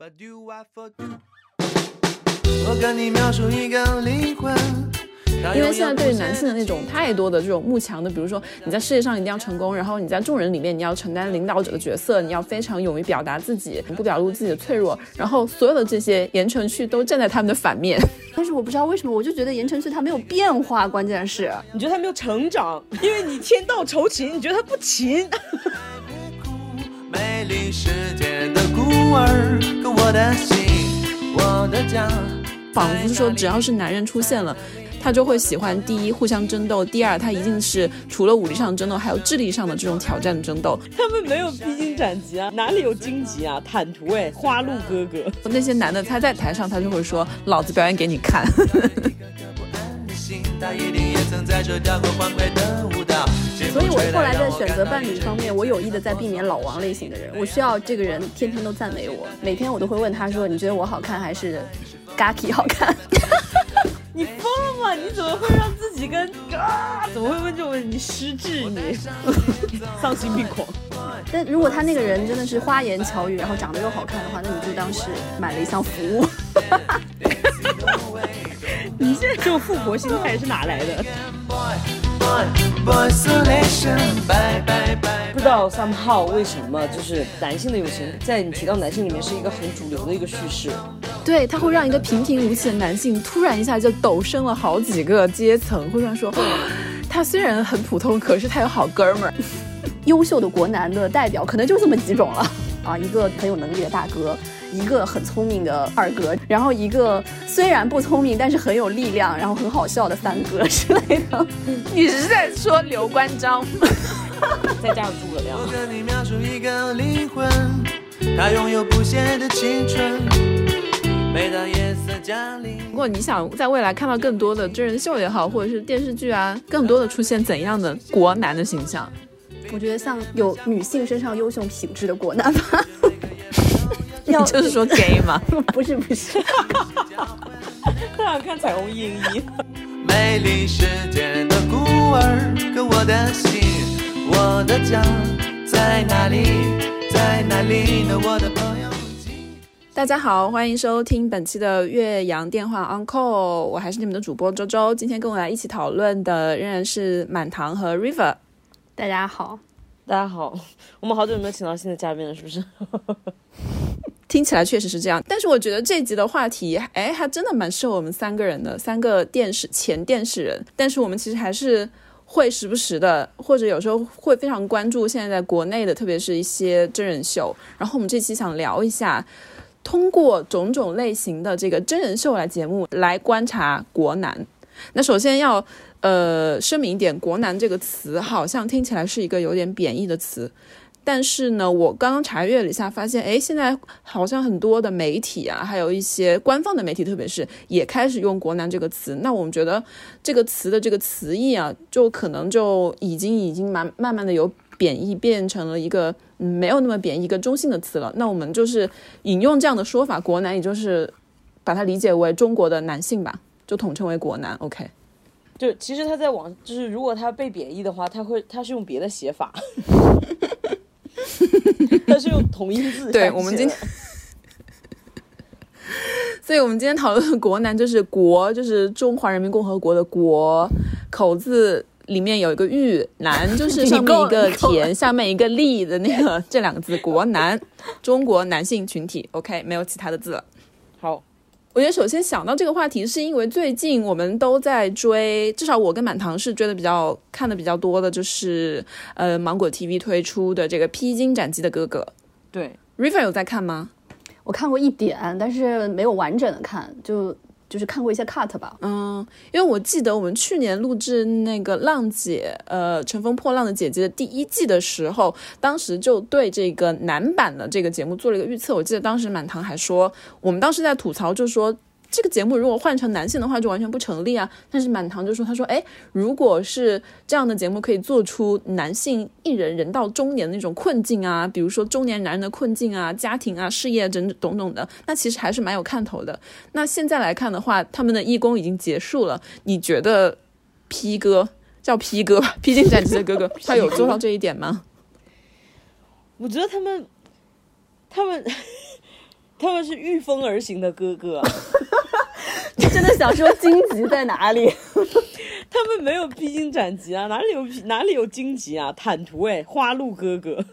我跟你描述一个灵魂， 因为现在对于男性的那种太多的这种慕强的，比如说你在事业上一定要成功，然后你在众人里面你要承担领导者的角色，你要非常勇于表达自己，不表露自己的脆弱，然后所有的这些言承旭都站在他们的反面。 但是我不知道为什么，我就觉得言承旭他没有变化，关键是你觉得他没有成长，因为你天道酬勤，你觉得他不勤。 美丽世界的孤儿，可我的心，我的家， 仿佛是说只要是男人出现了，他就会喜欢第一互相争斗，第二他一定是除了武力上的争斗还有智力上的这种挑战的争斗。 他们没有披荆斩棘啊，哪里有荆棘啊，坦途哎，花鹿哥哥。 那些男的他在台上他就会说老子表演给你看。 他一定也曾在这跳过欢快的舞蹈。 所以我后来在选择伴侣方面，我有意的在避免老王类型的人，我需要这个人天天都赞美我，每天我都会问他说你觉得我好看还是 Gaki 好看。 你疯了吗？你怎么会让自己跟怎么会问这种问题？你失智你丧心病狂。 但如果他那个人真的是花言巧语，然后长得又好看的话，那你就当是买了一项服务。 你现在这种富婆心态是哪来的？不知道 somehow 为什么就是男性的友情在你提到男性里面是一个很主流的一个叙事。 对，他会让一个平平无奇的男性突然一下就陡升了好几个阶层，会让说他虽然很普通，可是他有好哥们儿。 优秀的国男的代表可能就这么几种了啊，一个很有能力的大哥，一个很聪明的二哥，然后一个虽然不聪明但是很有力量然后很好笑的三哥之类的。 你是在说刘关张再加上诸葛亮。 我跟你描述一个灵魂，他拥有不懈的青春，每当夜色降临。 如果你想在未来看到更多的真人秀也好，或者是电视剧啊，更多的出现怎样的国男的形象？ 我觉得像有女性身上优秀品质的国男吧。 你就是说 gay 吗？ 不是他想看彩虹101。 美丽世界的孤儿，可我的心，我的家在哪里，在哪里呢？我的朋友。 大家好，欢迎收听本期的岳阳电话 Uncle， 我还是你们的主播周周。今天跟我来一起讨论的仍然是满堂和 River。 大家好。 大家好，我们好久没有请到新的嘉宾了，是不是？ 听起来确实是这样，但是我觉得这集的话题还真的蛮适合我们三个人的，三个前电视人，但是我们其实还是会时不时的，或者有时候会非常关注现在在国内的特别是一些真人秀，然后我们这期想聊一下通过种种类型的这个真人秀节目来观察国男。那首先要声明一点，国男这个词好像听起来是一个有点贬义的词，但是呢我刚刚查阅了一下发现现在好像很多的媒体啊，还有一些官方的媒体特别是也开始用国男这个词。那我们觉得这个词的这个词义啊，就可能就已经慢慢的由贬义变成了一个没有那么贬义一个中性的词了。那我们就是引用这样的说法，国男也就是把它理解为中国的男性吧，就统称为国男。 OK， 就其实他在就是如果他被贬义的话，他是用别的写法。他是用同音字。 对，我们今天所以我们今天讨论的国男就是国，就是中华人民共和国的国，口字里面有一个玉，男就是上面一个田下面一个立的那个这两个字，国男，中国男性群体。 OK， 没有其他的字了。 好， 我觉得首先想到这个话题是因为最近我们都在追，至少我跟满堂是追的看的比较多的，就是芒果 TV 推出的这个披荆斩棘的哥哥。 对， River 有在看吗？ 我看过一点，但是没有完整的看，就是看过一些 cut 吧。 因为我记得我们去年录制那个浪姐乘风破浪的姐姐的第一季的时候，当时就对这个男版的这个节目做了一个预测。我记得当时满堂还说，我们当时在吐槽，就说这个节目如果换成男性的话就完全不成立啊。但是满堂就说，他说如果是这样的节目可以做出男性艺人到中年的那种困境啊，比如说中年男人的困境啊，家庭啊，事业等等的，那其实还是蛮有看头的。那现在来看的话，他们的义工已经结束了，你觉得披哥叫披哥吧，披荆斩棘的哥哥他有做到这一点吗？ 我觉得他们他们是御风而行的哥哥啊。 真的想说荆棘在哪里？ 他们没有披荆斩棘啊，哪里有荆棘啊？坦途哎，花鹿哥哥。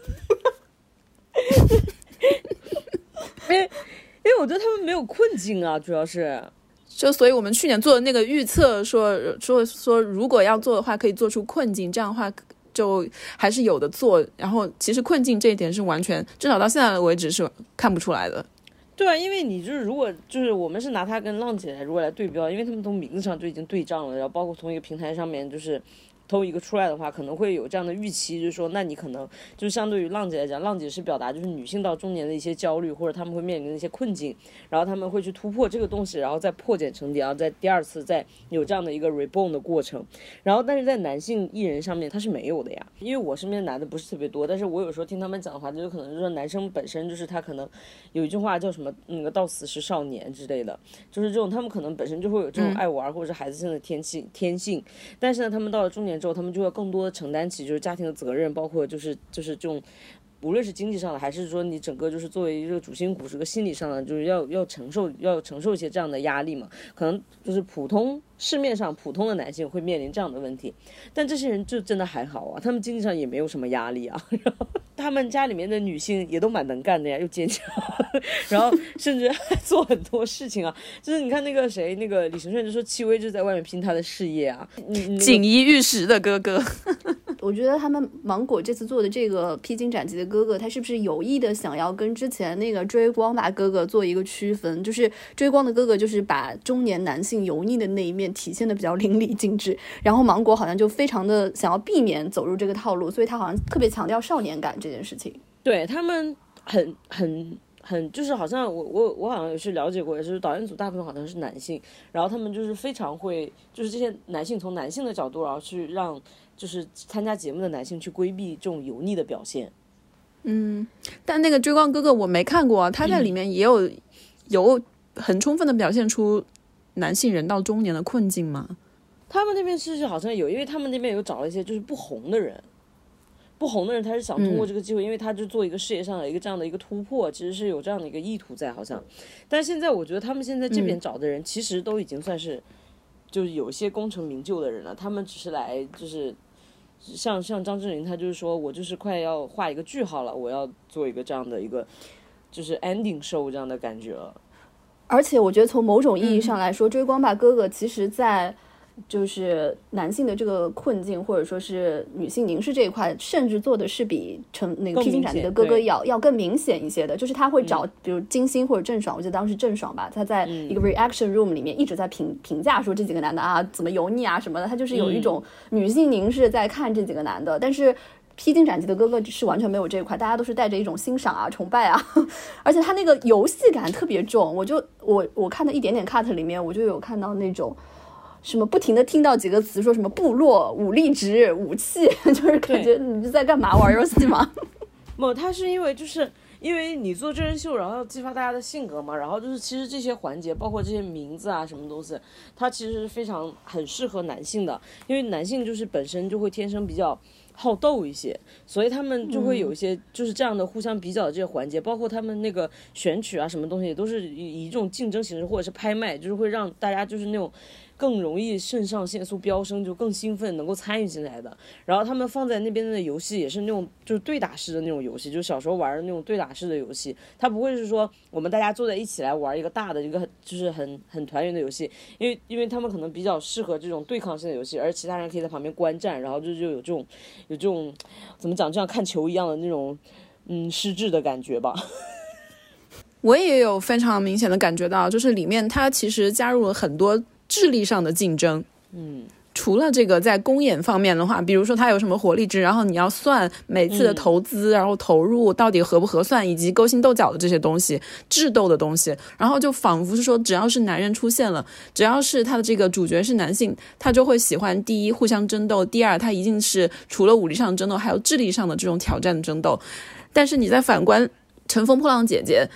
因为我觉得他们没有困境啊，主要是。 就所以我们去年做的那个预测说如果要做的话可以做出困境，这样的话就还是有的做，然后其实困境这一点是完全至少到现在为止是看不出来的。 对啊，因为你就是如果就是我们是拿它跟浪姐如果来对标，因为他们从名字上就已经对仗了，然后包括从一个平台上面就是偷一个出来的话，可能会有这样的预期，就是说那你可能就是相对于浪姐来讲，浪姐是表达就是女性到中年的一些焦虑，或者他们会面临的一些困境，然后他们会去突破这个东西，然后再破茧成蝶，然后在第二次再有这样的一个 reborn 的过程。然后但是在男性艺人上面他是没有的呀，因为我身边男的不是特别多，但是我有时候听他们讲的话，就有可能就是说男生本身就是他可能有一句话叫什么那个到死是少年之类的，就是这种他们可能本身就会有这种爱玩或者是孩子性的天性，但是呢他们到了中年之后，他们就要更多的承担起就是家庭的责任，包括就是这种无论是经济上的，还是说你整个就是作为一个主心骨，这个心理上的，就是要承受一些这样的压力嘛。可能就是市面上普通的男性会面临这样的问题，但这些人就真的还好啊，他们经济上也没有什么压力啊，然后他们家里面的女性也都蛮能干的呀，又坚强，然后甚至还做很多事情啊。就是你看那个谁，那个李承铉就说戚薇就在外面拼他的事业啊， 锦衣玉食的哥哥。 我觉得他们芒果这次做的这个披荆斩棘的哥哥，他是不是有意的想要跟之前那个追光吧哥哥做一个区分？就是追光的哥哥就是把中年男性油腻的那一面体现的比较淋漓尽致，然后芒果好像就非常的想要避免走入这个套路，所以他好像特别强调少年感这件事情。 对，他们很就是好像我好像也是了解过，也是导演组大部分好像是男性，然后他们就是非常会就是这些男性从男性的角度，然后去让就是参加节目的男性去规避这种油腻的表现。 但那个追光哥哥我没看过啊，他在里面也有很充分的表现出男性人到中年的困境吗？ 他们那边是好像有，因为他们那边有找了一些就是不红的人，他是想通过这个机会，因为他就做一个事业上的一个这样的一个突破，其实是有这样的一个意图在好像。但是现在我觉得他们现在这边找的人其实都已经算是就是有一些功成名就的人了，他们只是来就是像张智霖，他就是说我就是快要画一个句号了，我要做一个这样的一个就是 ending show 这样的感觉了。 而且我觉得从某种意义上来说，追光吧哥哥其实在就是男性的这个困境或者说是女性凝视这一块，甚至做的是比那个披荆斩棘的哥哥要更明显一些的。就是他会找比如金星或者郑爽，我记得当时郑爽吧，他在一个 reaction room 里面一直在评价说这几个男的啊怎么油腻啊什么的，他就是有一种女性凝视在看这几个男的。但是披荆斩棘的哥哥是完全没有这一块，大家都是带着一种欣赏啊崇拜啊，而且他那个游戏感特别重。我看的一点点 cut 里面，我就有看到那种什么不停的听到几个词，说什么部落、武力值、武器，就是感觉你是在干嘛，玩游戏吗？ 不，他是因为你做真人秀，然后要激发大家的性格嘛，然后就是其实这些环节，包括这些名字啊什么东西，它其实是很适合男性的，因为男性就是本身就会天生比较好斗一些，所以他们就会有一些就是这样的互相比较的这些环节，包括他们那个选曲啊什么东西，也都是以这种竞争形式或者是拍卖，就是会让大家就是那种更容易肾上腺素飙升，就更兴奋，能够参与进来的。然后他们放在那边的游戏也是那种就是对打式的那种游戏，就是小时候玩的那种对打式的游戏，它不会是说我们大家坐在一起来玩一个大的一个就是很团圆的游戏，因为他们可能比较适合这种对抗性的游戏，而其他人可以在旁边观战，然后就有这种怎么讲，就像看球一样的那种失智的感觉吧。 我也有非常明显的感觉到，就是里面它其实加入了很多智力上的竞争。除了这个在公演方面的话，比如说它有什么火力值，然后你要算每次的投资，然后投入到底合不合算，以及勾心斗角的这些东西，智斗的东西，然后就仿佛是说只要是男人出现了，只要是他的这个主角是男性，他就会喜欢第一互相争斗，第二他一定是除了武力上的争斗还有智力上的这种挑战的争斗。但是你再反观乘风破浪姐姐，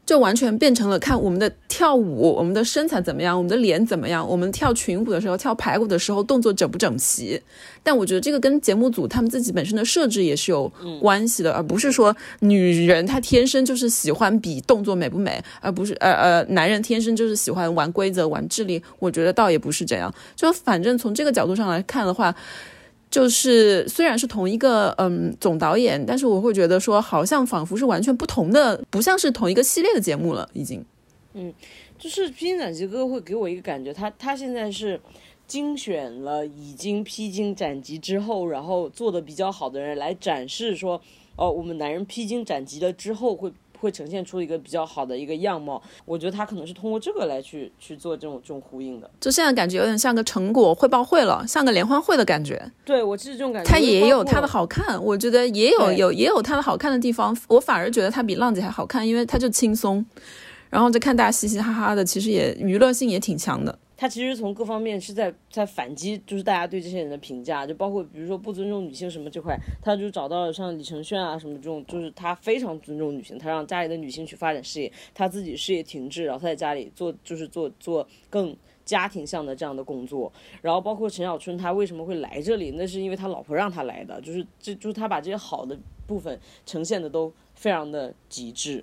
就完全变成了看我们的跳舞，我们的身材怎么样，我们的脸怎么样，我们跳群舞的时候，跳排舞的时候动作整不整齐。但我觉得这个跟节目组他们自己本身的设置也是有关系的，而不是说女人她天生就是喜欢比动作美不美，而不是男人天生就是喜欢玩规则玩智力。我觉得倒也不是这样，就反正从这个角度上来看的话，就是虽然是同一个总导演，但是我会觉得说好像仿佛是完全不同的，不像是同一个系列的节目了已经。 就是披荆斩棘哥会给我一个感觉，他现在是精选了已经披荆斩棘之后然后做的比较好的人来展示说我们男人披荆斩棘了之后会呈现出一个比较好的一个样貌。我觉得他可能是通过这个来去做这种呼应的。 就现在感觉有点像个成果汇报会了，像个联欢会的感觉。 对，我其实这种感觉。 他也有他的好看，我觉得也有他的好看的地方。我反而觉得他比浪姐还好看，因为他就轻松，然后就看大家嘻嘻哈哈的，其实也娱乐性也挺强的。 他其实从各方面是在反击，就是大家对这些人的评价，就包括比如说不尊重女性什么这块，他就找到了像李承铉啊什么这种，就是他非常尊重女性，他让家里的女性去发展事业，他自己事业停滞，然后他在家里做更家庭向的这样的工作。然后包括陈小春他为什么会来这里，那是因为他老婆让他来的，就是他把这些好的部分呈现的都非常的极致。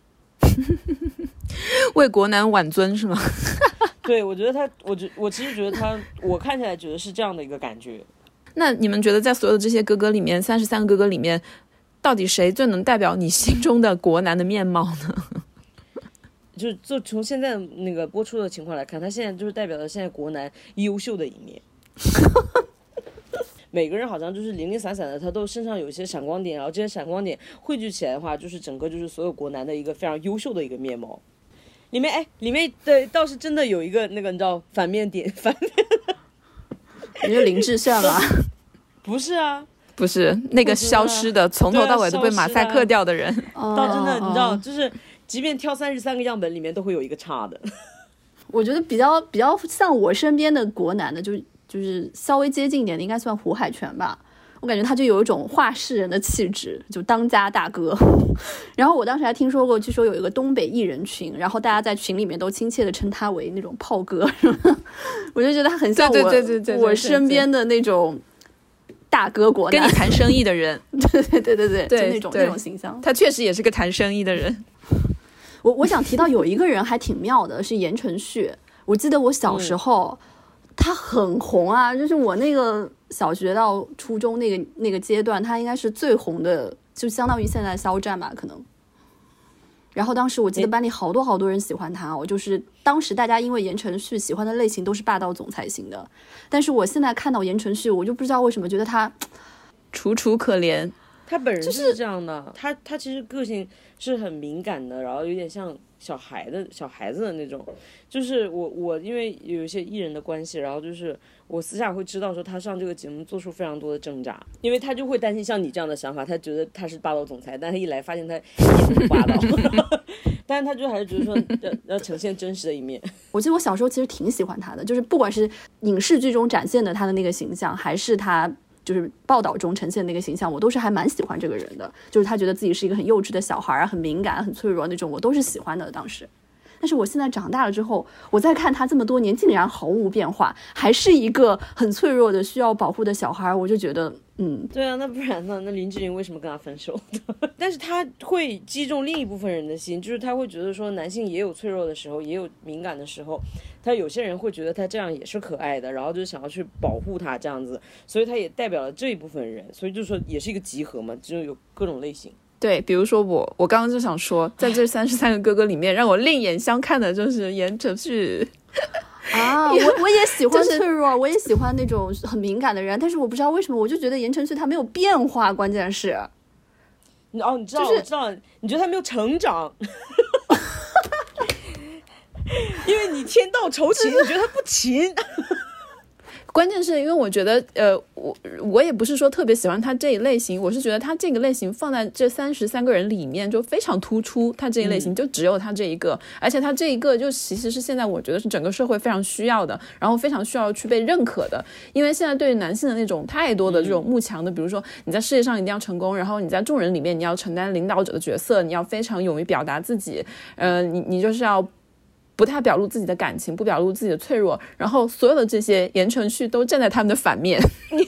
为国男挽尊是吗？ 对，我觉得我其实觉得我看起来觉得是这样的一个感觉。 那你们觉得在所有的这些哥哥里面，33个哥哥里面，到底谁最能代表你心中的国男的面貌呢？ 就从现在那个播出的情况来看，他现在就是代表了现在国男优秀的一面。每个人好像就是零零散散的，他都身上有一些闪光点，然后这些闪光点汇聚起来的话，就是整个就是所有国男的一个非常优秀的一个面貌。里面对倒是真的有一个那个你知道反面点， 你就林志炫吗？ 不是啊， 不是那个消失的，从头到尾都被马赛克掉的人。 倒真的你知道，就是即便挑33个样本里面都会有一个差的。 我觉得比较像我身边的国男的，就是稍微接近一点的，应该算胡海泉吧。我感觉他就有一种话事人的气质，就当家大哥。然后我当时还听说过，据说有一个东北艺人群，然后大家在群里面都亲切的称他为那种炮哥。我就觉得他很像我身边的那种大哥国男， 跟你谈生意的人。 对，就那种形象。 他确实也是个谈生意的人。 我想提到有一个人还挺妙的，是言承旭。我记得我小时候。他很红啊，就是我那个小学到初中那个阶段，他应该是最红的，就相当于现在的肖战吧，可能。然后当时我记得班里好多人喜欢他，我就是当时大家因为言承旭喜欢的类型都是霸道总裁型的，但是我现在看到言承旭，我就不知道为什么觉得他楚楚可怜。 他本人就是这样的，他其实个性是很敏感的，然后有点像小孩子的那种。就是我因为有一些艺人的关系，然后就是我私下会知道说他上这个节目做出非常多的挣扎，因为他就会担心像你这样的想法，他觉得他是霸道总裁，但他一来发现他也很霸道。但是他就还是觉得说要呈现真实的一面。 我记得我小时候其实挺喜欢他的，就是不管是影视剧中展现的他的那个形象，还是他就是报道中呈现的那个形象，我都是还蛮喜欢这个人的。就是他觉得自己是一个很幼稚的小孩，很敏感很脆弱那种，我都是喜欢的当时。但是我现在长大了之后，我再看他这么多年竟然毫无变化，还是一个很脆弱的需要保护的小孩，我就觉得对啊，那不然呢？那林志玲为什么跟他分手？但是他会击中另一部分人的心，就是他会觉得说男性也有脆弱的时候，也有敏感的时候，他有些人会觉得他这样也是可爱的，然后就想要去保护他这样子，所以他也代表了这一部分人，所以就说也是一个集合嘛，就有各种类型。 对，比如说我刚刚就想说，在这33个哥哥里面，让我另眼相看的就是言承旭。 啊，我也喜欢脆弱，我也喜欢那种很敏感的人，但是我不知道为什么，我就觉得言承旭他没有变化，关键是， 你知道，我知道，你觉得他没有成长，因为你天道酬勤，你觉得他不勤。 关键是因为我觉得我也不是说特别喜欢他这一类型，我是觉得他这个类型放在这33个人里面就非常突出，他这一类型就只有他这一个，而且他这一个就其实是现在我觉得是整个社会非常需要的，然后非常需要去被认可的。因为现在对于男性的那种太多的这种慕强的，比如说你在事业上一定要成功，然后你在众人里面你要承担领导者的角色，你要非常勇于表达自己，你就是要不太表露自己的感情，不表露自己的脆弱，然后所有的这些言承旭都站在他们的反面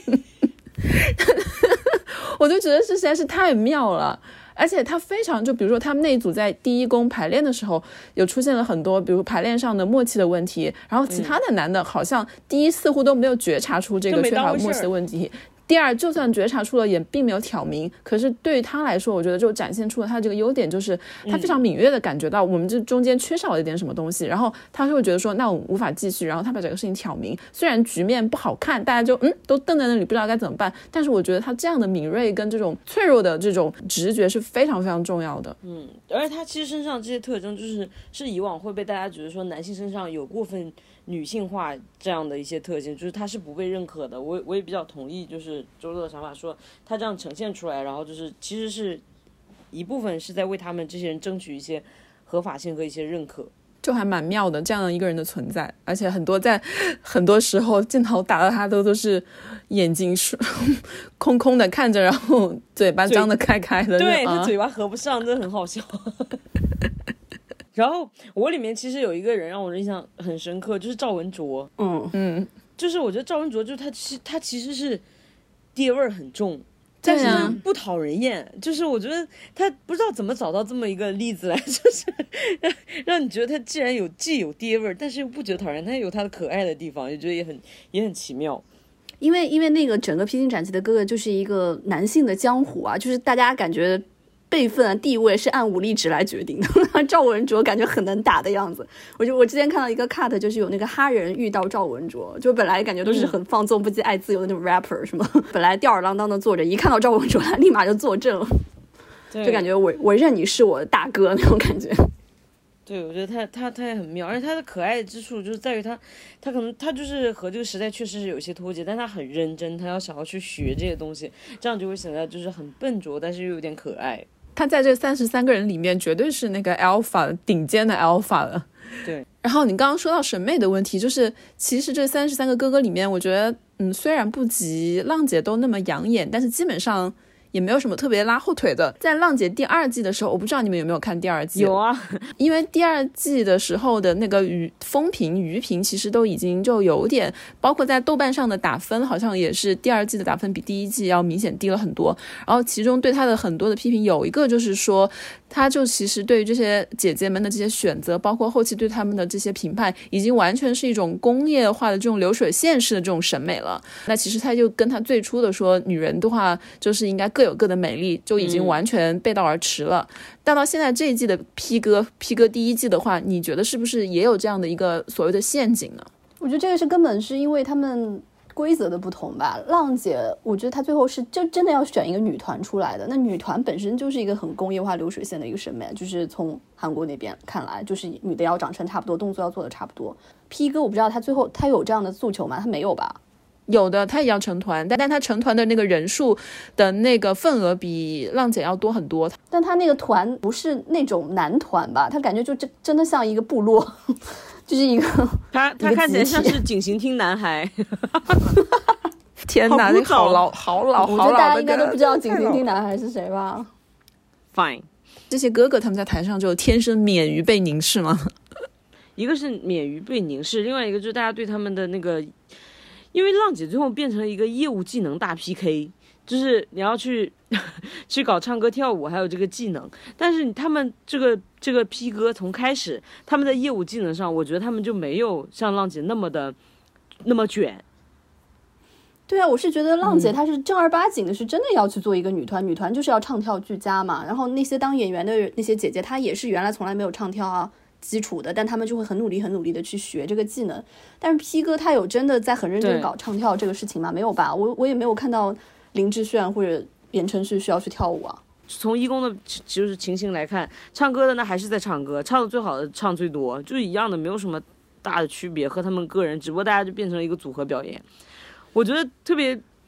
我就觉得这实在是太妙了。而且他非常就比如说他们那一组在第一宫排练的时候有出现了很多比如排练上的默契的问题，然后其他的男的好像第一似乎都没有觉察出这个缺乏默契的问题，第二就算觉察出了也并没有挑明，可是对于他来说我觉得就展现出了他这个优点，就是他非常敏锐的感觉到我们这中间缺少了一点什么东西，然后他就会觉得说那我们无法继续，然后他把这个事情挑明，虽然局面不好看，大家就都瞪在那里不知道该怎么办，但是我觉得他这样的敏锐跟这种脆弱的这种直觉是非常非常重要的。 而且他其实身上这些特征是以往会被大家觉得说男性身上有过分女性化这样的一些特性，就是他是不被认可的。我也比较同意就是周乐的想法，说他这样呈现出来，然后就是其实是一部分是在为他们这些人争取一些合法性和一些认可， 就还蛮妙的这样的一个人的存在。而且在很多时候镜头打到他都是眼睛是空空的看着，然后嘴巴张得开开的， 对，他嘴巴合不上，真的很好笑然后我里面其实有一个人让我印象很深刻，就是赵文卓。就是我觉得赵文卓就是他其实是爹味儿很重，但是不讨人厌，就是我觉得他不知道怎么找到这么一个例子来，就是让你觉得他既有爹味儿，但是又不觉得讨厌，他有他的可爱的地方，也觉得也很奇妙。 因为那个整个披荆斩棘的哥哥就是一个男性的江湖啊，就是大家感觉辈分啊地位是按武力值来决定的赵文卓感觉很能打的样子，我之前看到一个 cut， 就是有那个哈人遇到赵文卓，就本来感觉都是很放纵不羁爱自由的那种 rapper 什么，本来吊儿郎当的坐着，一看到赵文卓他立马就坐正了，就感觉我认你是我的大哥那种感觉。 对，我觉得他也很妙，而且他的可爱之处就是在于他可能他就是和这个时代确实是有一些脱节，但他很认真，他想要去学这些东西，这样就会显得就是很笨拙，但是又有点可爱。 他在这33个人里面绝对是那个 alpha 顶尖的 alpha 了。 对， 然后你刚刚说到审美的问题，就是其实这33个哥哥里面，我觉得虽然不及浪姐都那么养眼，但是基本上也没有什么特别拉后腿的。在浪姐第2季的时候，我不知道你们有没有看第2季。 有啊， 因为第2季的时候的那个风评余评其实都已经就有点，包括在豆瓣上的打分好像也是第2季的打分比第1季要明显低了很多。然后其中对他的很多的批评有一个就是说，他就其实对于这些姐姐们的这些选择，包括后期对他们的这些评判，已经完全是一种工业化的这种流水线式的这种审美了。那其实他就跟他最初的说女人的话就是应该各有各的美丽，就已经完全背道而驰了。但到现在这一季的P哥第1季的话，你觉得是不是也有这样的一个所谓的陷阱呢？ 我觉得这个是根本是因为他们规则的不同吧。浪姐我觉得她最后是就真的要选一个女团出来的，那女团本身就是一个很工业化流水线的一个审美，就是从韩国那边看来，就是女的要长成差不多，动作要做的差不多。P哥我不知道他最后他有这样的诉求吗？他没有吧？ 有的，他也要成团，但他成团的那个人数的那个份额比浪姐要多很多。 但他那个团不是那种男团吧？他感觉就真的像一个部落，就是一个他看起来像是警行厅男孩。 天哪，那好老我觉得大家应该都不知道警行厅男孩是谁吧 ？Fine， 这些哥哥他们在台上就天生免于被凝视吗？ 一个是免于被凝视，另外一个就是大家对他们的那个。因为浪姐最后变成了一个业务技能大 PK， 就是你要去搞唱歌跳舞还有这个技能，但是他们这个 P 哥从开始他们在业务技能上，我觉得他们就没有像浪姐那么卷。 对啊，我是觉得浪姐她是正儿八经的是真的要去做一个女团，女团就是要唱跳俱佳嘛，然后那些当演员的那些姐姐她也是原来从来没有唱跳啊基础的，但他们就会很努力的去学这个技能。但是 P 哥他有真的在很认真搞唱跳这个事情吗？没有吧，我也没有看到林志炫或者言承旭需要去跳舞啊。 从一公的就是情形来看，唱歌的呢还是在唱歌，唱的最好的唱最多，就是一样的，没有什么大的区别和他们个人，只不过大家就变成了一个组合表演。我觉得特别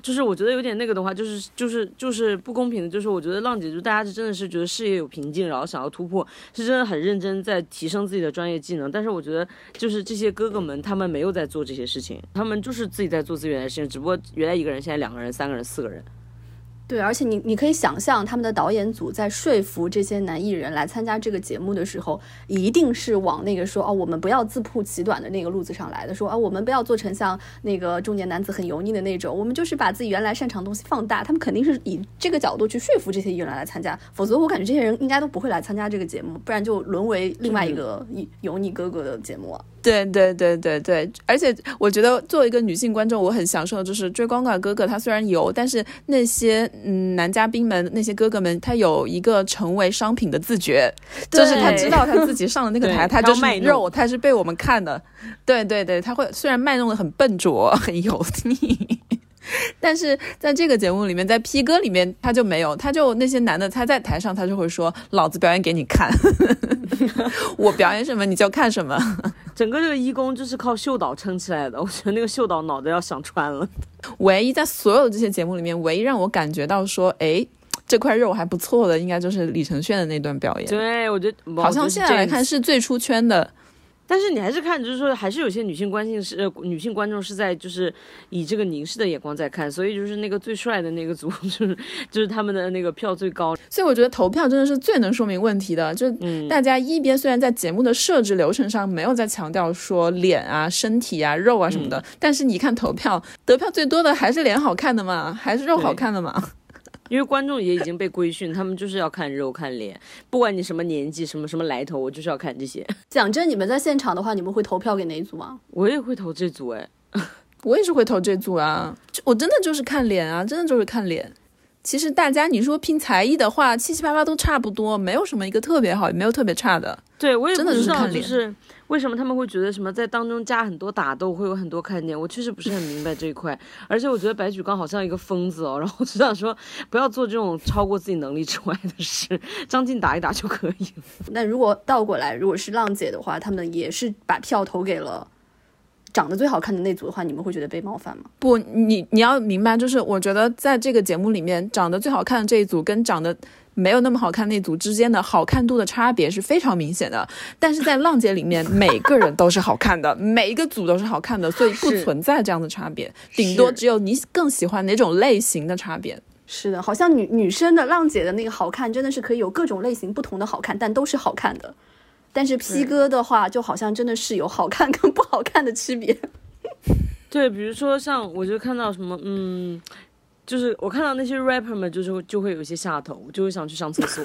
就是我觉得有点那个的话，就是不公平的，就是我觉得浪姐就大家是真的是觉得事业有瓶颈，然后想要突破，是真的很认真在提升自己的专业技能。但是我觉得就是这些哥哥们他们没有在做这些事情，他们就是自己在做自己原来的事情，只不过原来一个人，现在2个人、3个人、4个人。 对，而且你可以想象他们的导演组在说服这些男艺人来参加这个节目的时候，一定是往那个说我们不要自曝其短的那个路子上来的，说我们不要做成像那个中年男子很油腻的那种，我们就是把自己原来擅长的东西放大。他们肯定是以这个角度去说服这些艺人来参加，否则我感觉这些人应该都不会来参加这个节目，不然就沦为另外一个油腻哥哥的节目啊。 对，而且我觉得作为一个女性观众，我很享受的就是追光棍哥哥他虽然油，但是那些男嘉宾们那些哥哥们他有一个成为商品的自觉，就是他知道他自己上了那个台他就是肉，他是被我们看的。对，他会虽然卖弄的很笨拙很油腻，但是在这个节目里面，在 P 哥里面他就没有，他就那些男的他在台上他就会说老子表演给你看我表演什么你就看什么。 整个这个一公就是靠秀导撑起来的，我觉得那个秀导脑袋要想穿了。 唯一在所有这些节目里面唯一让我感觉到说这块肉还不错的应该就是李承铉的那段表演。 对，我觉得好像现在来看是最出圈的。 但是你还是看，就是说还是有些女性观众是在就是以这个凝视的眼光在看，所以就是那个最帅的那个组就是他们的那个票最高。 所以我觉得投票真的是最能说明问题的，就大家一边虽然在节目的设置流程上没有在强调说脸啊身体啊肉啊什么的，但是你看投票得票最多的还是脸好看的嘛，还是肉好看的嘛。 因为观众也已经被规训，他们就是要看肉看脸，不管你什么年纪什么来头，我就是要看这些。 讲真，你们在现场的话，你们会投票给哪一组吗？ 我也会投这组我也是会投这组啊，我真的就是看脸啊，真的就是看脸。其实大家你说拼才艺的话，七七八八都差不多，没有什么一个特别好，也没有特别差的。 对，我也不知道就是为什么他们会觉得什么在当中加很多打斗会有很多看点，我确实不是很明白这一块。而且我觉得白举纲好像一个疯子然后我就想说不要做这种超过自己能力之外的事，张晋打一打就可以了。 那如果倒过来，如果是浪姐的话，他们也是把票投给了长得最好看的那组的话，你们会觉得被冒犯吗？ 不，你要明白，就是我觉得在这个节目里面，长得最好看的这一组跟长得没有那么好看那组之间的好看度的差别是非常明显的。但是在浪姐里面，每个人都是好看的，每一个组都是好看的，所以不存在这样的差别，顶多只有你更喜欢哪种类型的差别。 是的，好像女生的浪姐的那个好看真的是可以有各种类型不同的好看，但都是好看的。但是 P 哥的话就好像真的是有好看跟不好看的区别。 对，比如说像我就看到什么就是我看到那些 rapper 们就会有一些下头，就会想去上厕所。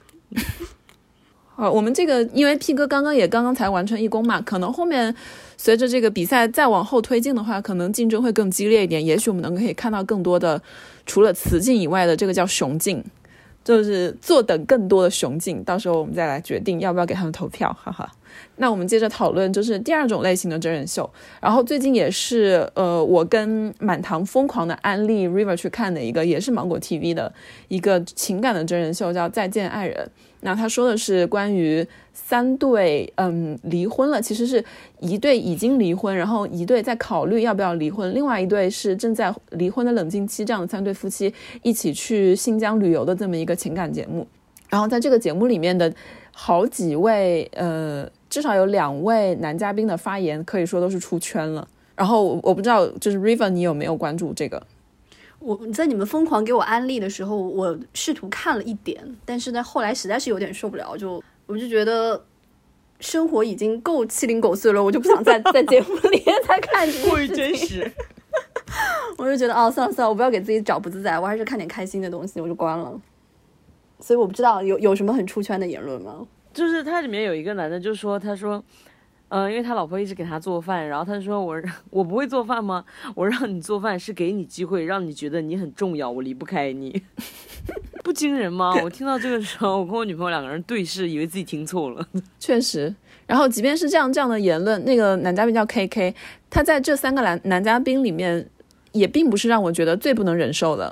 我们这个因为 P 哥刚刚才完成一公嘛，可能后面随着这个比赛再往后推进的话，可能竞争会更激烈一点，也许我们可以看到更多的除了雌竞以外的这个叫雄竞，就是坐等更多的雄竞，到时候我们再来决定要不要给他们投票，哈哈。那我们接着讨论就是第二种类型的真人秀，然后最近也是我跟满堂疯狂的安利 River 去看的一个也是芒果 TV 的一个情感的真人秀，叫再见爱人。那他说的是关于3对离婚了，其实是一对已经离婚，然后一对在考虑要不要离婚，另外一对是正在离婚的冷静期，这样的3对夫妻一起去新疆旅游的这么一个情感节目。然后在这个节目里面的好几位至少有2位男嘉宾的发言可以说都是出圈了。然后我不知道就是 River 你有没有关注这个？ 我在你们疯狂给我安利的时候，我试图看了一点，但是呢后来实在是有点受不了，我就觉得生活已经够七零狗碎了，我就不想在节目里面再看这件事情。 过于真实。 我就觉得算了，我不要给自己找不自在，我还是看点开心的东西，我就关了。所以我不知道有什么很出圈的言论吗？ 就是它里面有一个男的就说，他说因为他老婆一直给他做饭，然后他说我不会做饭吗？我让你做饭是给你机会，让你觉得你很重要，我离不开你。不惊人吗？我听到这个时候，我跟我女朋友2个人对视，以为自己听错了。 确实。然后即便是这样的言论，那个男嘉宾叫 KK， 他在这3个男嘉宾里面也并不是让我觉得最不能忍受的。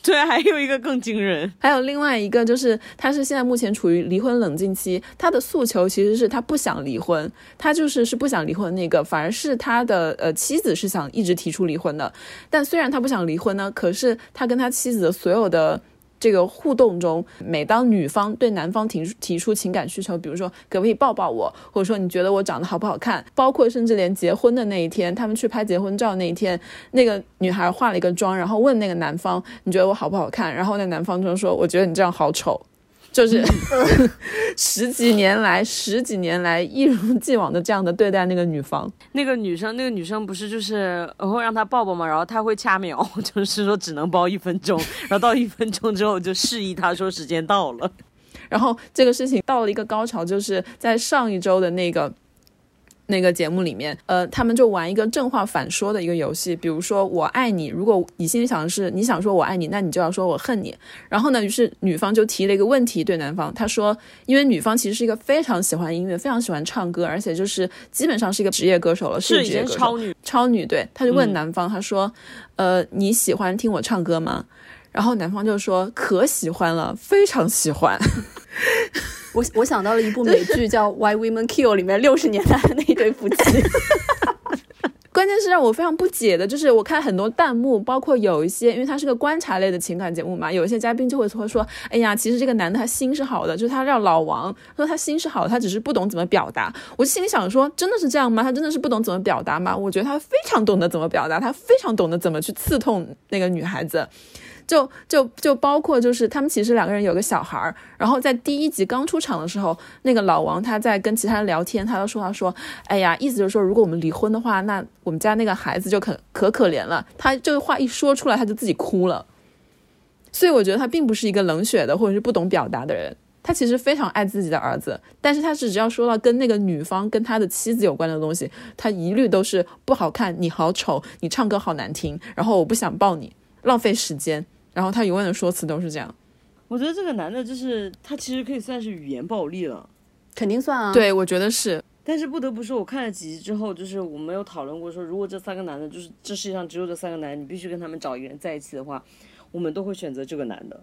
对，还有一个更惊人， 还有另外一个就是他是现在目前处于离婚冷静期，他的诉求其实是他不想离婚，他是不想离婚那个，反而是他的妻子是想一直提出离婚的。但虽然他不想离婚呢，可是他跟他妻子的所有的这个互动中，每当女方对男方提出情感需求，比如说可不可以抱抱我，或者说你觉得我长得好不好看，包括甚至连结婚的那一天，他们去拍结婚照那一天，那个女孩化了一个妆，然后问那个男方你觉得我好不好看，然后那男方就说我觉得你这样好丑，就是十几年来一如既往的这样的对待那个女方。 那个女生不是就是会让她抱抱嘛，然后她会掐秒，就是说只能抱1分钟，然后到1分钟之后就示意她说时间到了。 然后这个事情到了一个高潮，就是在上一周的那个节目里面，他们就玩一个正话反说的一个游戏，比如说我爱你，如果你心里想的是你想说我爱你，那你就要说我恨你。然后呢，于是女方就提了一个问题对男方，她说因为女方其实是一个非常喜欢音乐非常喜欢唱歌，而且就是基本上是一个职业歌手了，是职业歌手，超女。对，她就问男方，她说你喜欢听我唱歌吗？然后男方就说可喜欢了，非常喜欢。 我想到了一部美剧叫《Why Women Kill》里面60年代的那一对夫妻。 关键是让我非常不解的就是我看很多弹幕，包括有一些因为它是个观察类的情感节目嘛，有一些嘉宾就会说哎呀其实这个男的他心是好的，就是他让老王说他心是好的，他只是不懂怎么表达。我就心里想说真的是这样吗？他真的是不懂怎么表达吗？我觉得他非常懂得怎么表达，他非常懂得怎么去刺痛那个女孩子。就包括就是他们其实2个人有个小孩，然后在第1集刚出场的时候，那个老王他在跟其他人聊天，他说哎呀，意思就是说如果我们离婚的话，那我们家那个孩子就可怜了。他这个话一说出来他就自己哭了。所以我觉得他并不是一个冷血的或者是不懂表达的人，他其实非常爱自己的儿子，但是他只要说到跟那个女方跟他的妻子有关的东西，他一律都是不好看，你好丑，你唱歌好难听，然后我不想抱你，浪费时间，然后他永远的说辞都是这样。 我觉得这个男的就是他其实可以算是语言暴力了， 肯定算啊。 对，我觉得是。 但是不得不说，我看了几集之后，就是我们有讨论过说，如果这3个男的，就是这世界上只有这3个男的，你必须跟他们找一个人在一起的话，我们都会选择这个男的。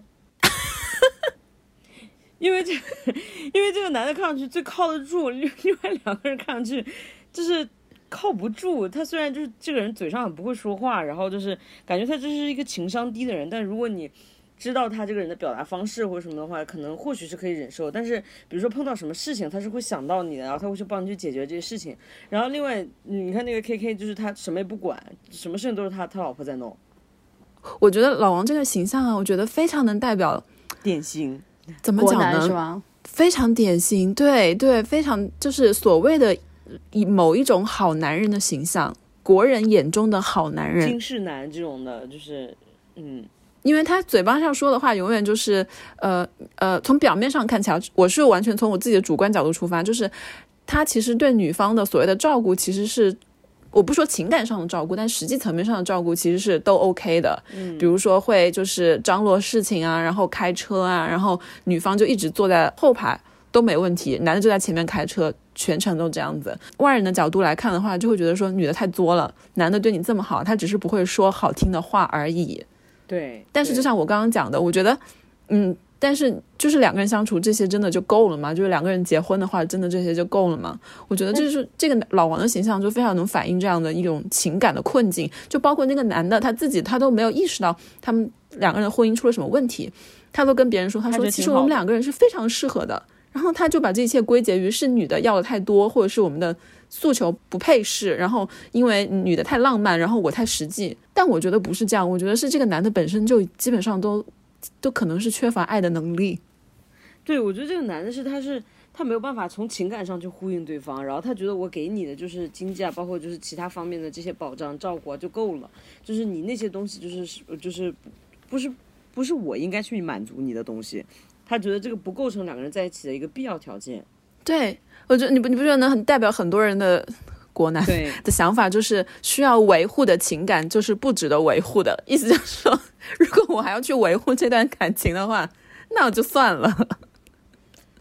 因为这个男的看上去最靠得住，另外2个人看上去就是靠不住。他虽然就是这个人嘴上很不会说话，然后就是感觉他就是一个情商低的人，但如果你知道他这个人的表达方式或者什么的话，可能或许是可以忍受。但是比如说碰到什么事情他是会想到你的，然后他会去帮你去解决这些事情。然后另外你看那个 KK 就是他什么也不管，什么事情都是他老婆在弄。 我觉得老王这个形象啊，我觉得非常能代表典型， 怎么讲呢？ 是吧？ 非常典型，对对，非常就是所谓的某一种好男人的形象，国人眼中的好男人， 金士男这种的，就是因为他嘴巴上说的话永远就是从表面上看起来，我是完全从我自己的主观角度出发，就是他其实对女方的所谓的照顾其实是，我不说情感上的照顾，但实际层面上的照顾其实是都 OK 的。比如说会就是张罗事情啊，然后开车啊，然后女方就一直坐在后排都没问题，男的就在前面开车，全程都这样子。外人的角度来看的话，就会觉得说女的太作了，男的对你这么好，他只是不会说好听的话而已。 对， 但是就像我刚刚讲的，我觉得但是就是2个人相处这些真的就够了吗？就是2个人结婚的话真的这些就够了吗？我觉得就是这个老王的形象就非常能反映这样的一种情感的困境，就包括那个男的他自己他都没有意识到他们2个人的婚姻出了什么问题，他都跟别人说，他说其实我们2个人是非常适合的，然后他就把这一切归结于是女的要的太多，或者是我们的诉求不配适，然后因为女的太浪漫，然后我太实际。但我觉得不是这样，我觉得是这个男的本身就基本上都可能是缺乏爱的能力。 对，我觉得这个男的他没有办法从情感上去呼应对方，然后他觉得我给你的就是经济啊，包括就是其他方面的这些保障照顾啊就够了，就是你那些东西就是不是我应该去满足你的东西，他觉得这个不构成2个人在一起的一个必要条件。 对，我觉得你不觉得能很代表很多人的国男的想法，就是需要维护的情感就是不值得维护的，意思就是说如果我还要去维护这段感情的话，那我就算了。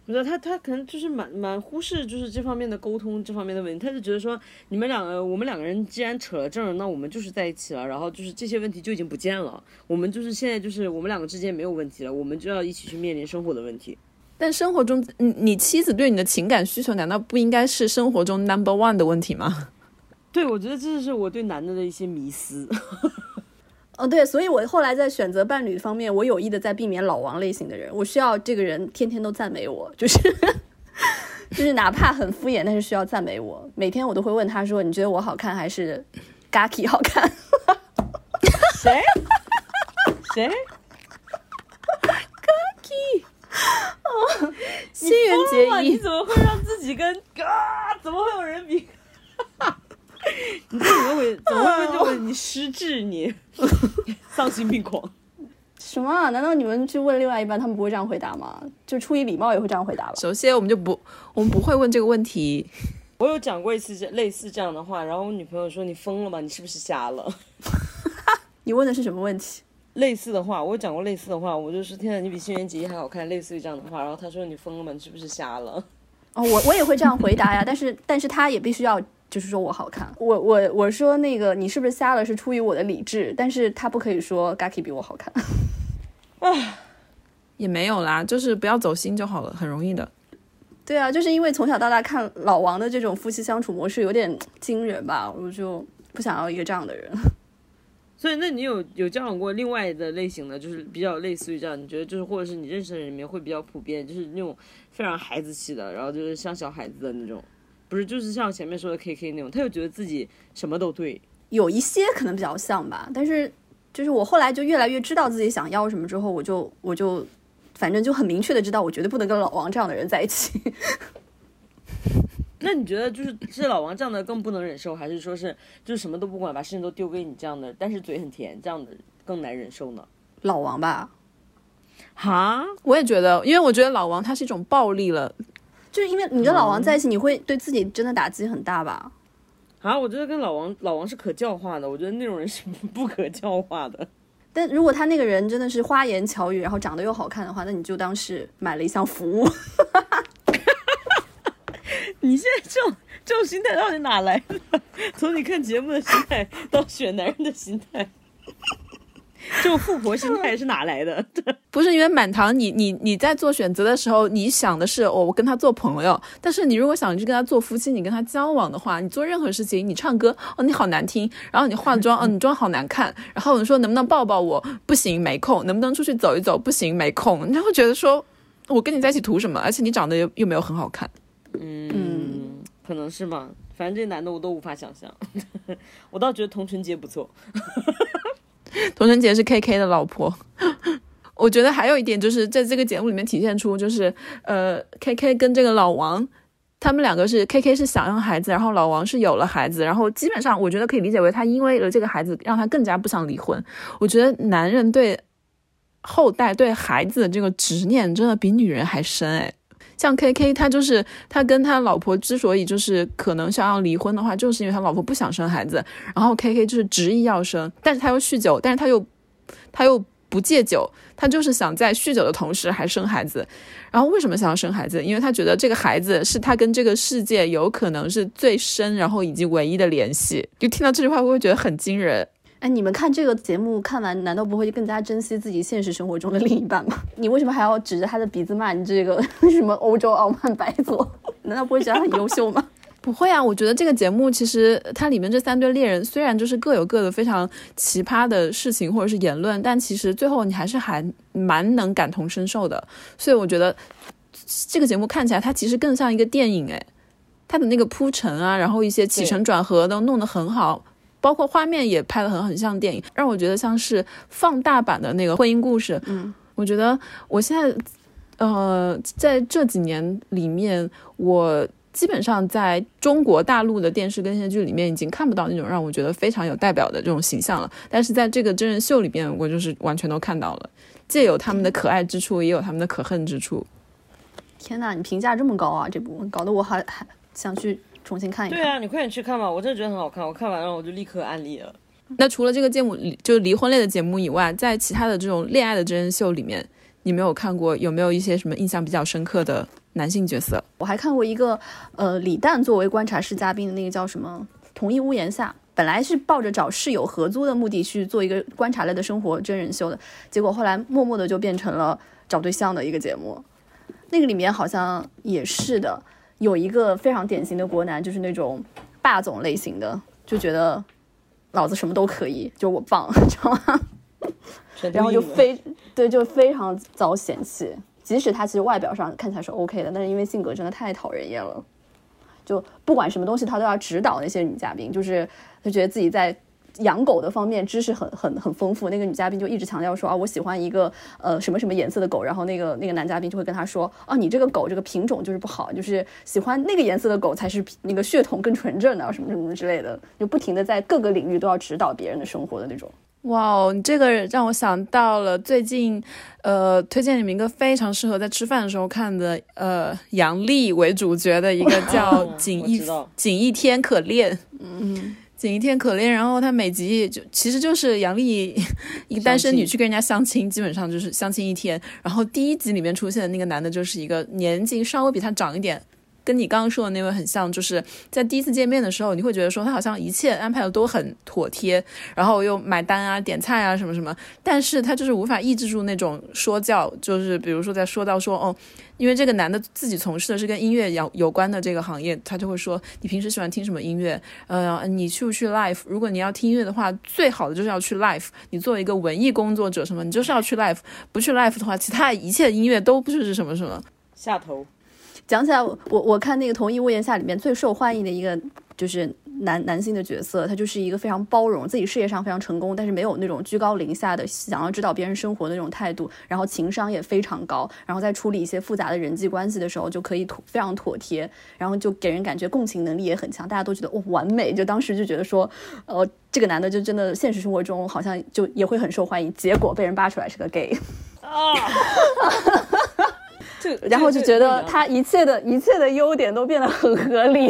我觉得他可能就是蛮忽视就是这方面的沟通这方面的问题，他就觉得说我们两个人既然扯了证，那我们就是在一起了，然后就是这些问题就已经不见了，我们就是现在就是我们两个之间没有问题了，我们就要一起去面临生活的问题。 但生活中你妻子对你的情感需求难道不应该是生活中 No.1 的问题吗？ 对，我觉得这是我对男的的一些迷思。 对，所以我后来在选择伴侣方面，我有意的在避免老王类型的人，我需要这个人天天都赞美我，就是哪怕很敷衍，但是需要赞美我。每天我都会问他说，你觉得我好看还是 Gaki 好看？ 谁 ？Gaki。 新垣结衣， 你怎么会让自己跟怎么会有人比？你这怎么会跟这种你失智你丧心病狂？ 什么啊？难道你们去问另外一半，他们不会这样回答吗？就出于礼貌也会这样回答吧？ 首先我们不会问这个问题。 我有讲过一次类似这样的话，然后我女朋友说你疯了吗？你是不是瞎了？ 你问的是什么问题？ 类似的话，我有讲过类似的话，我就说天哪，你比新垣结衣还好看，类似于这样的话。然后他说你疯了吗？你是不是瞎了？ 我也会这样回答呀，但是他也必须要就是说我好看。我说那个你是不是瞎了是出于我的理智，但是他不可以说 Gaki 比我好看。 也没有啦，就是不要走心就好了，很容易的。 对啊，就是因为从小到大看老王的这种夫妻相处模式有点惊人吧，我就不想要一个这样的人。 所以那你有交往过另外的类型的，就是比较类似于这样，你觉得就是或者是你认识的人里面会比较普遍，就是那种非常孩子气的，然后就是像小孩子的那种，不是就是像前面说的 KK 那种，他又觉得自己什么都对。 有一些可能比较像吧，但是就是我后来就越来越知道自己想要什么之后，我就反正就很明确的知道我绝对不能跟老王这样的人在一起。 那你觉得是老王这样的更不能忍受，还是说是就是什么都不管把事情都丢给你这样的，但是嘴很甜这样的更难忍受呢？ 老王吧。 哈， 我也觉得，因为我觉得老王他是一种暴力了， 就是因为你跟老王在一起，你会对自己真的打击很大吧？ 我觉得跟老王是可教化的，我觉得那种人是不可教化的。 但如果他那个人真的是花言巧语，然后长得又好看的话，那你就当是买了一项服务。你现在这种心态到底哪来的？从你看节目的心态到选男人的心态，这种富婆心态是哪来的？ 不是因为满堂你在做选择的时候，你想的是我跟他做朋友，但是你如果想去跟他做夫妻，你跟他交往的话，你做任何事情，你唱歌你好难听，然后你化妆你妆好难看，然后你说能不能抱抱我，不行没空，能不能出去走一走，不行没空，你就会觉得说我跟你在一起图什么？而且你长得又没有很好看。 可能是吧，反正这男的我都无法想象。我倒觉得童晨杰不错。 童晨杰是 KK 的老婆。我觉得还有一点就是在这个节目里面体现出，就是KK 跟这个老王他们两个是 KK 是想要孩子，然后老王是有了孩子，然后基本上我觉得可以理解为他因为了这个孩子让他更加不想离婚。我觉得男人对后代对孩子的这个执念真的比女人还深哎。像 KK 他跟他老婆之所以就是可能想要离婚的话，就是因为他老婆不想生孩子，然后 KK 就是执意要生，但是他又酗酒，但是他又不戒酒，他就是想在酗酒的同时还生孩子。然后为什么想要生孩子？因为他觉得这个孩子是他跟这个世界有可能是最深然后以及唯一的联系。就听到这句话我会觉得很惊人。 哎，你们看这个节目看完，难道不会更加珍惜自己现实生活中的另一半吗？你为什么还要指着他的鼻子骂你这个什么欧洲傲慢白左？难道不会觉得他很优秀吗？ 不会啊，我觉得这个节目其实它里面这三对恋人虽然就是各有各的非常奇葩的事情或者是言论，但其实最后你还蛮能感同身受的。所以我觉得这个节目看起来它其实更像一个电影，它的那个铺陈啊，然后一些起承转合都弄得很好，包括画面也拍得很像电影，让我觉得像是放大版的那个婚姻故事。我觉得我现在在这几年里面，我基本上在中国大陆的电视跟电视剧里面已经看不到那种让我觉得非常有代表的这种形象了，但是在这个真人秀里面我就是完全都看到了，既有他们的可爱之处，也有他们的可恨之处。 天哪，你评价这么高啊，这部搞得我还想去重新看一看。 对啊，你快点去看吧，我真的觉得很好看，我看完了我就立刻安利了。 那除了这个节目就离婚类的节目以外，在其他的这种恋爱的真人秀里面，你没有看过，有没有一些什么印象比较深刻的男性角色。 我还看过一个李诞作为观察室嘉宾的那个叫什么同一屋檐下，本来是抱着找室友合租的目的去做一个观察类的生活真人秀的，结果后来默默的就变成了找对象的一个节目。那个里面好像也是的，有一个非常典型的国男，就是那种霸总类型的，就觉得老子什么都可以，就我棒，知道吗？然后就非常遭嫌弃，即使他其实外表上看起来是 OK 的，但是因为性格真的太讨人厌了，就不管什么东西他都要指导那些女嘉宾，就是他觉得自己在养狗的方面知识很丰富。那个女嘉宾就一直强调说啊，我喜欢一个什么什么颜色的狗，然后那个男嘉宾就会跟他说啊，你这个狗这个品种就是不好，就是喜欢那个颜色的狗才是那个血统更纯正的，什么什么之类的，就不停的在各个领域都要指导别人的生活的那种。 哇哦，你这个让我想到了最近推荐你们一个非常适合在吃饭的时候看的杨笠为主角的一个叫锦一天可恋。锦一天可恋，然后他每集其实就是杨笠一个单身女去跟人家相亲，基本上就是相亲一天。然后第一集里面出现的那个男的就是一个年纪稍微比他长一点，跟你刚刚说的那位很像，就是在第一次见面的时候你会觉得说他好像一切安排的都很妥帖，然后又买单啊点菜啊什么什么，但是他就是无法抑制住那种说教，就是比如说在说到说哦，因为这个男的自己从事的是跟音乐有关的这个行业，他就会说你平时喜欢听什么音乐，你去不去 live， 如果你要听音乐的话最好的就是要去 live， 你作为一个文艺工作者什么你就是要去 live， 不去 live 的话其他一切音乐都不是什么什么下头。 讲起来我看那个同一屋檐下里面最受欢迎的一个就是男性的角色，他就是一个非常包容，自己事业上非常成功，但是没有那种居高临下的想要指导别人生活的那种态度，然后情商也非常高，然后在处理一些复杂的人际关系的时候就可以非常妥帖，然后就给人感觉共情能力也很强，大家都觉得完美，就当时就觉得说这个男的就真的现实生活中好像就也会很受欢迎，结果被人扒出来是个 gay 然后就觉得他一切的优点都变得很合理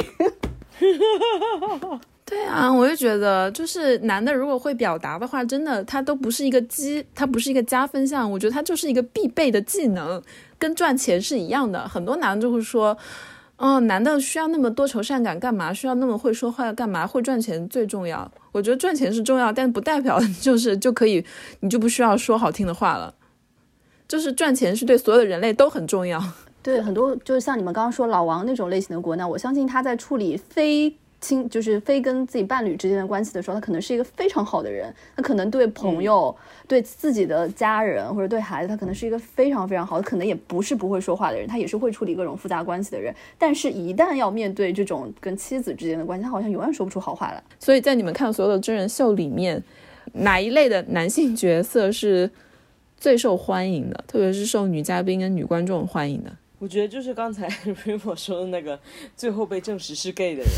对啊，我就觉得就是男的如果会表达的话，真的他都不是一个他不是一个加分项，我觉得他就是一个必备的技能，跟赚钱是一样的。很多男的就会说男的需要那么多愁善感干嘛，需要那么会说话干嘛，会赚钱最重要。我觉得赚钱是重要，但不代表就可以你就不需要说好听的话了，就是赚钱是对所有的人类都很重要。 对，很多就是像你们刚刚说老王那种类型的国男，我相信他在处理就是非跟自己伴侣之间的关系的时候，他可能是一个非常好的人，他可能对朋友对自己的家人或者对孩子，他可能是一个非常非常好的，可能也不是不会说话的人，他也是会处理各种复杂关系的人，但是一旦要面对这种跟妻子之间的关系，他好像永远说不出好话来。 所以在你们看所有的真人秀里面，哪一类的男性角色是最受欢迎的，特别是受女嘉宾跟女观众欢迎的？ 我觉得就是刚才 Remo 说的那个最后被证实是 gay 的人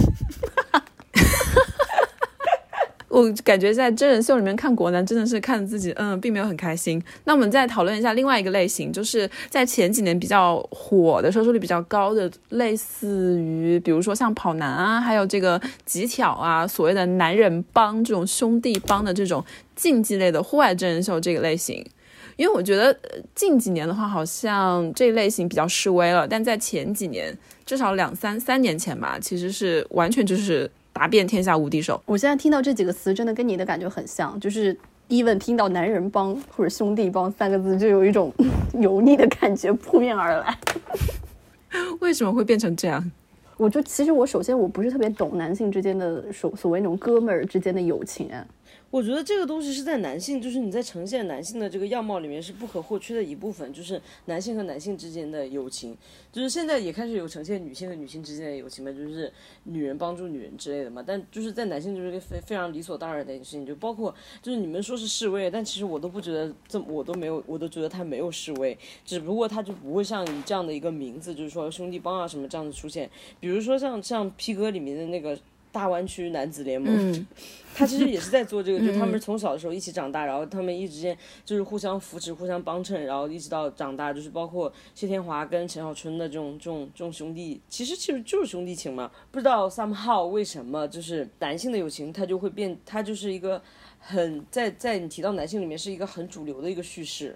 我感觉在真人秀里面看国男真的是看自己并没有很开心。那我们再讨论一下另外一个类型，就是在前几年比较火的收视率比较高的，类似于比如说像跑男啊，还有这个极挑啊，所谓的男人帮这种兄弟帮的这种竞技类的户外真人秀这个类型。因为我觉得近几年的话好像这类型比较式微了，但在前几年至少3年前吧，其实是完全就是打遍天下无敌手。 我现在听到这几个词真的跟你的感觉很像，就是even听到男人帮或者兄弟帮3个字就有一种油腻的感觉扑面而来为什么会变成这样？ 其实我首先我不是特别懂男性之间的所谓那种哥们儿之间的友情我觉得这个东西是在男性，就是你在呈现男性的这个样貌里面是不可或缺的一部分，就是男性和男性之间的友情，就是现在也开始有呈现女性和女性之间的友情嘛，就是女人帮助女人之类的嘛，但就是在男性就是一个非常理所当然的一件事情，就包括就是你们说是示威，但其实我都不觉得我都觉得他没有示威，只不过他就不会像你这样的一个名字，就是说兄弟帮啊什么这样子出现，比如说像 P 哥里面的那个大湾区男子联盟，他其实也是在做这个，就他们从小的时候一起长大，然后他们一直间就是互相扶持、互相帮衬，然后一直到长大，就是包括谢天华跟陈小春的这种兄弟，其实就是兄弟情嘛。不知道 somehow 为什么就是男性的友情，他就会变，他就是一个很在你提到男性里面是一个很主流的一个叙事。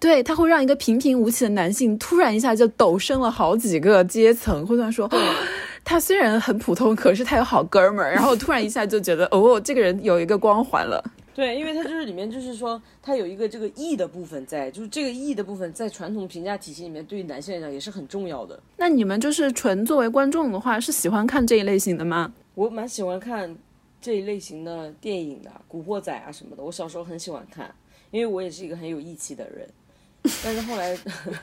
对，他会让一个平平无奇的男性突然一下就陡升了好几个阶层，会突然说他虽然很普通，可是他有好哥们儿，然后突然一下就觉得哦，这个人有一个光环了。 对，因为它就是里面就是说，它有一个这个义的部分在，就是这个义的部分在传统评价体系里面，对于男性来讲也是很重要的。 那你们就是纯作为观众的话，是喜欢看这一类型的吗？ 我蛮喜欢看这一类型的电影的，古惑仔啊什么的，我小时候很喜欢看，因为我也是一个很有义气的人。但是后来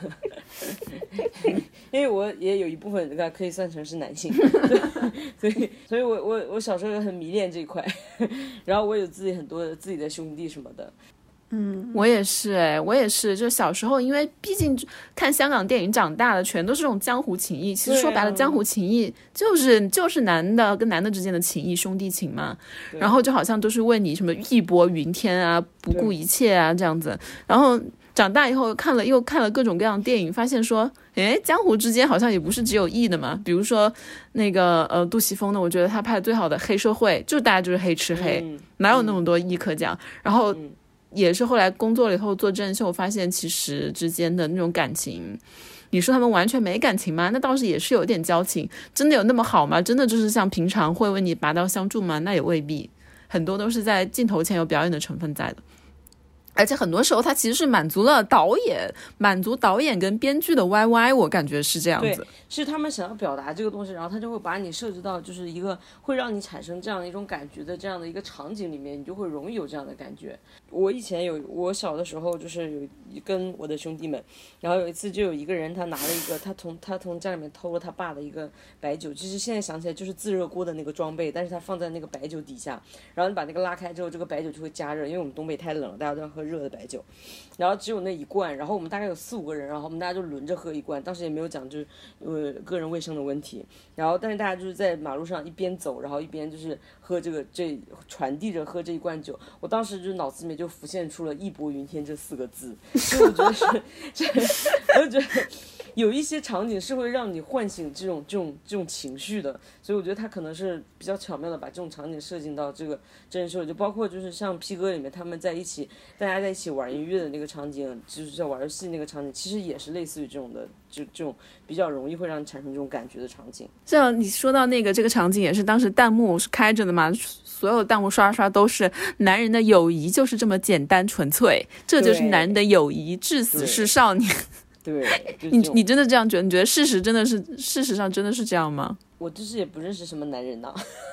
因为我也有一部分可以算成是男性，所以我小时候也很迷恋这一块，然后我有很多自己的兄弟什么的。 我也是，就小时候，因为毕竟看香港电影长大的，全都是这种江湖情谊。其实说白了，江湖情谊就是男的跟男的之间的情谊，兄弟情嘛。然后就好像都是为你什么义薄云天啊，不顾一切啊这样子。然后长大以后又看了各种各样的电影，发现说，江湖之间好像也不是只有义的嘛。比如说那个杜琪峰的，我觉得他拍的最好的黑社会，就是大家就是黑吃黑，哪有那么多义可讲。然后也是后来工作了以后做真人秀，发现其实之间的那种感情，你说他们完全没感情吗？那倒是也是有点交情。真的有那么好吗？真的就是像平常会为你拔刀相助吗？那也未必，很多都是在镜头前有表演的成分在的。而且很多时候它其实是满足导演跟编剧的 YY， 我感觉是这样子。 对，是他们想要表达这个东西，然后他就会把你设置到就是一个会让你产生这样的一种感觉的这样的一个场景里面，你就会容易有这样的感觉。我小的时候就是跟我的兄弟们，然后有一次就有一个人他拿了一个他从家里面偷了他爸的一个白酒，其实现在想起来就是自热锅的那个装备，但是他放在那个白酒底下，然后你把那个拉开之后，这个白酒就会加热，因为我们东北太冷了，大家都要喝热的白酒，然后只有那一罐，然后我们大概有4-5个人，然后我们大家就轮着喝一罐，当时也没有讲就是个人卫生的问题，然后但是大家就是在马路上一边走，然后一边就是喝传递着喝这一罐酒，我当时就脑子里面就浮现出了义薄云天这4个字，所以我觉得我就觉得有一些场景是会让你唤醒这种情绪的，所以我觉得他可能是比较巧妙的把这种场景设进到这个真人秀，就包括就是像 P 哥里面他们大家在一起玩音乐的那个场景，就是在玩游戏那个场景，其实也是类似于这种的，这种比较容易会让你产生这种感觉的场景。 像你说到这个场景，也是当时弹幕是开着的嘛，所有的弹幕刷都是男人的友谊就是这么简单纯粹，这就是男人的友谊，至死是少年。 对， 你真的这样觉得？你觉得事实上真的是这样吗？ 我就是也不认识什么男人呐。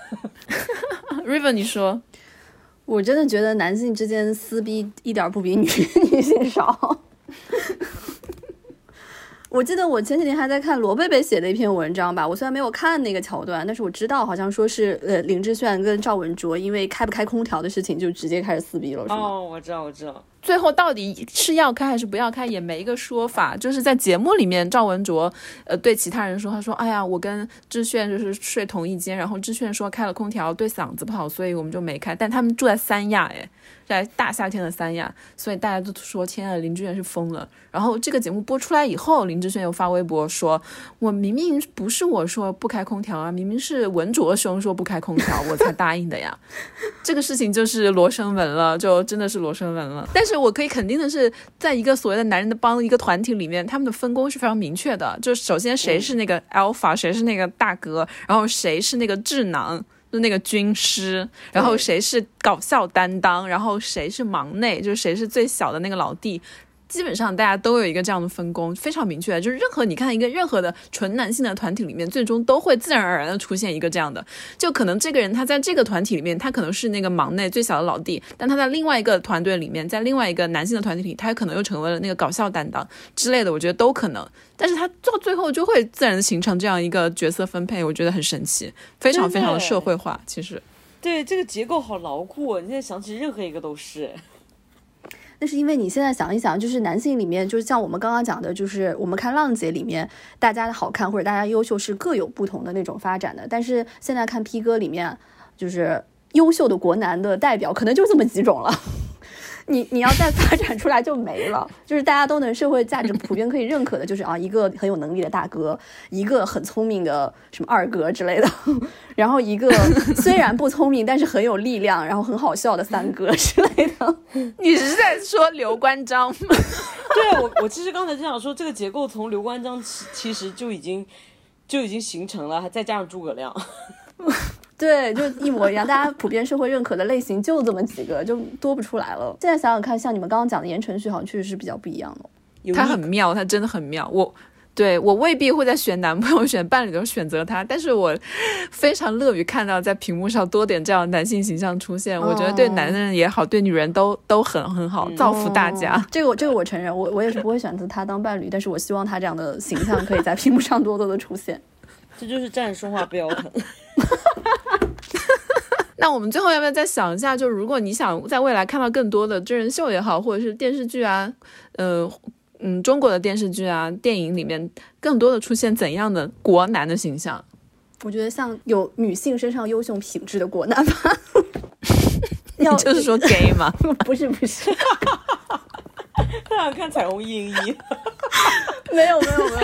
River 你说。 我真的觉得男性之间撕逼一点不比女性少。我记得我前几天还在看罗贝贝写的一篇文章吧，我虽然没有看那个桥段，但是我知道好像说是林志炫跟赵文卓因为开不开空调的事情就直接开始撕逼了，是吗？ 哦，我知道。 最后到底是要开还是不要开也没一个说法，就是在节目里面赵文卓对其他人说，他说哎呀我跟志炫就是睡同一间，然后志炫说开了空调对嗓子不好，所以我们就没开，但他们住在三亚在大夏天的三亚，所以大家都说天啊林志炫是疯了。然后这个节目播出来以后，林志炫又发微博说，我明明不是我说不开空调啊，明明是文卓兄说不开空调我才答应的呀。这个事情就是罗生门了，就真的是罗生门了。但是我可以肯定的是，在一个所谓的男人的帮一个团体里面，他们的分工是非常明确的，就是首先谁是那个 alpha， 谁是那个大哥，然后谁是那个智囊，就那个军师，然后谁是搞笑担当，然后谁是忙内，就是谁是最小的那个老弟。基本上大家都有一个这样的分工，非常明确，就是你看任何的纯男性的团体里面，最终都会自然而然的出现一个这样的，就可能这个人他在这个团体里面他可能是那个忙内最小的老弟，但他在另外一个团队里面，在另外一个男性的团体里，他可能又成为了那个搞笑担当之类的，我觉得都可能，但是他到最后就会自然的形成这样一个角色分配，我觉得很神奇，非常非常的社会化。其实对这个结构好牢固，你现在想起任何一个都是。 那是因为你现在想一想，就是男性里面，就是像我们刚刚讲的，就是我们看浪姐里面，大家的好看或者大家优秀是各有不同的那种发展的。但是现在看 P 哥里面，就是优秀的国男的代表可能就这么几种了。你要再发展出来就没了，就是大家都能社会价值普遍可以认可的，就是一个很有能力的大哥，一个很聪明的什么二哥之类的，然后一个虽然不聪明但是很有力量然后很好笑的三哥之类的。 你是在说刘关张吗？ 对啊，我其实刚才就想说，这个结构从刘关张其实就已经形成了，还再加上诸葛亮。 对，就一模一样，大家普遍社会认可的类型就这么几个，就多不出来了。现在想想看，像你们刚刚讲的言承旭，好像确实是比较不一样的。 他很妙，他真的很妙。我未必会在选男朋友、选伴侣的时候选择他，但是我非常乐于看到在屏幕上多点这样的男性形象出现。我觉得对男人也好，对女人都很好，造福大家。 这个我承认，我也是不会选择他当伴侣，但是我希望他这样的形象可以在屏幕上多多的出现。 这就是站着说话不腰疼。 那我们最后要不要再想一下，就如果你想在未来看到更多的真人秀也好，或者是电视剧啊，中国的电视剧啊、电影里面更多的出现怎样的国男的形象？ 我觉得像有女性身上优秀品质的国男吧。 你就是说 gay 吗？ 不是他想看彩虹101。 没有，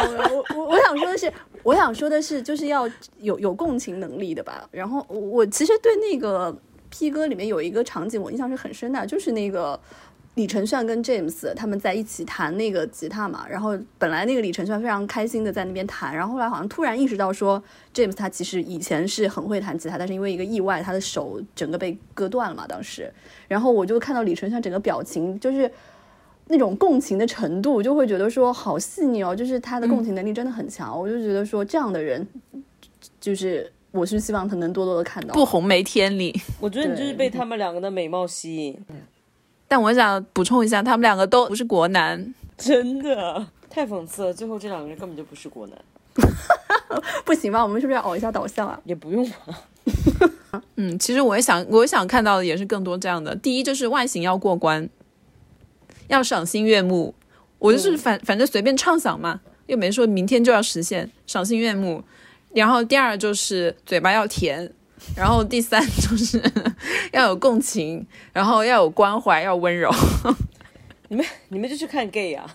我想说的是就是要有共情能力的吧。然后我其实对那个 P 哥里面有一个场景我印象是很深的，就是那个李承铉跟 James 他们在一起弹那个吉他嘛，然后本来那个李承铉非常开心的在那边弹，然后后来好像突然意识到说 James 他其实以前是很会弹吉他，但是因为一个意外他的手整个被割断了嘛当时，然后我就看到李承铉整个表情就是那种共情的程度，就会觉得说好细腻哦，就是他的共情能力真的很强，我就觉得说这样的人就是我是希望他能多多的看到。 不红没天理。 我觉得你就是被他们两个的美貌吸引。 但我想补充一下，他们两个都不是国男。 真的太讽刺了，最后这两个人根本就不是国男。 不行吧，我们是不是要熬一下导向啊？ 也不用吧。 其实我想看到的也是更多这样的。第一就是外形要过关，要赏心悦目，我就是反正随便畅想嘛，又没说明天就要实现，赏心悦目。然后第二就是嘴巴要甜，然后第三就是要有共情，然后要有关怀，要温柔。 你们就去看 gay 啊。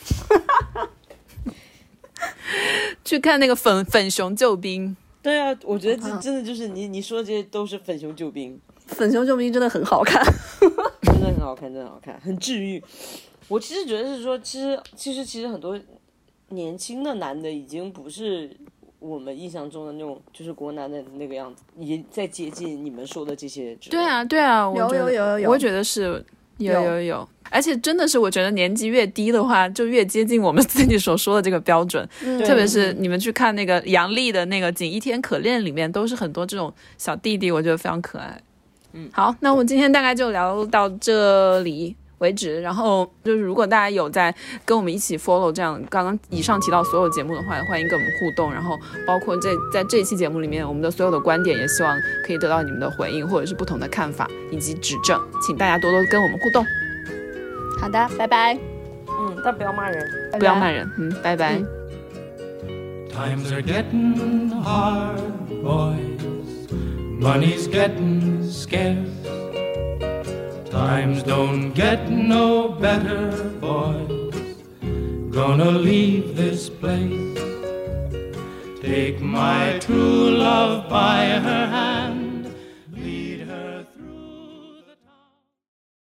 去看那个粉熊救兵。 对啊，我觉得这真的就是你说的这些都是粉熊救兵。 粉熊救兵真的很好看。 真的很好看，真的很好看，很治愈。我其实觉得是说，其实很多年轻的男的已经不是我们印象中的那种，就是国男的那个样子，也在接近你们说的这些。 对啊， 有， 我觉得是有，而且真的是我觉得年纪越低的话，就越接近我们自己所说的这个标准。特别是你们去看那个杨笠的那个《仅一天可恋》里面，都是很多这种小弟弟，我觉得非常可爱。好，那我们今天大概就聊到这里为止。然后就是如果大家有在跟我们一起 follow 这样刚刚以上提到所有节目的话，欢迎跟我们互动，然后包括在这一期节目里面我们的所有的观点也希望可以得到你们的回应或者是不同的看法以及指正，请大家多多跟我们互动。 好的，拜拜。 但不要骂人， 不要骂人。拜拜。 Times are getting hard, boys. Money's getting scarce. Times don't get no better, boys. Gonna leave this place. Take my true love by her hand.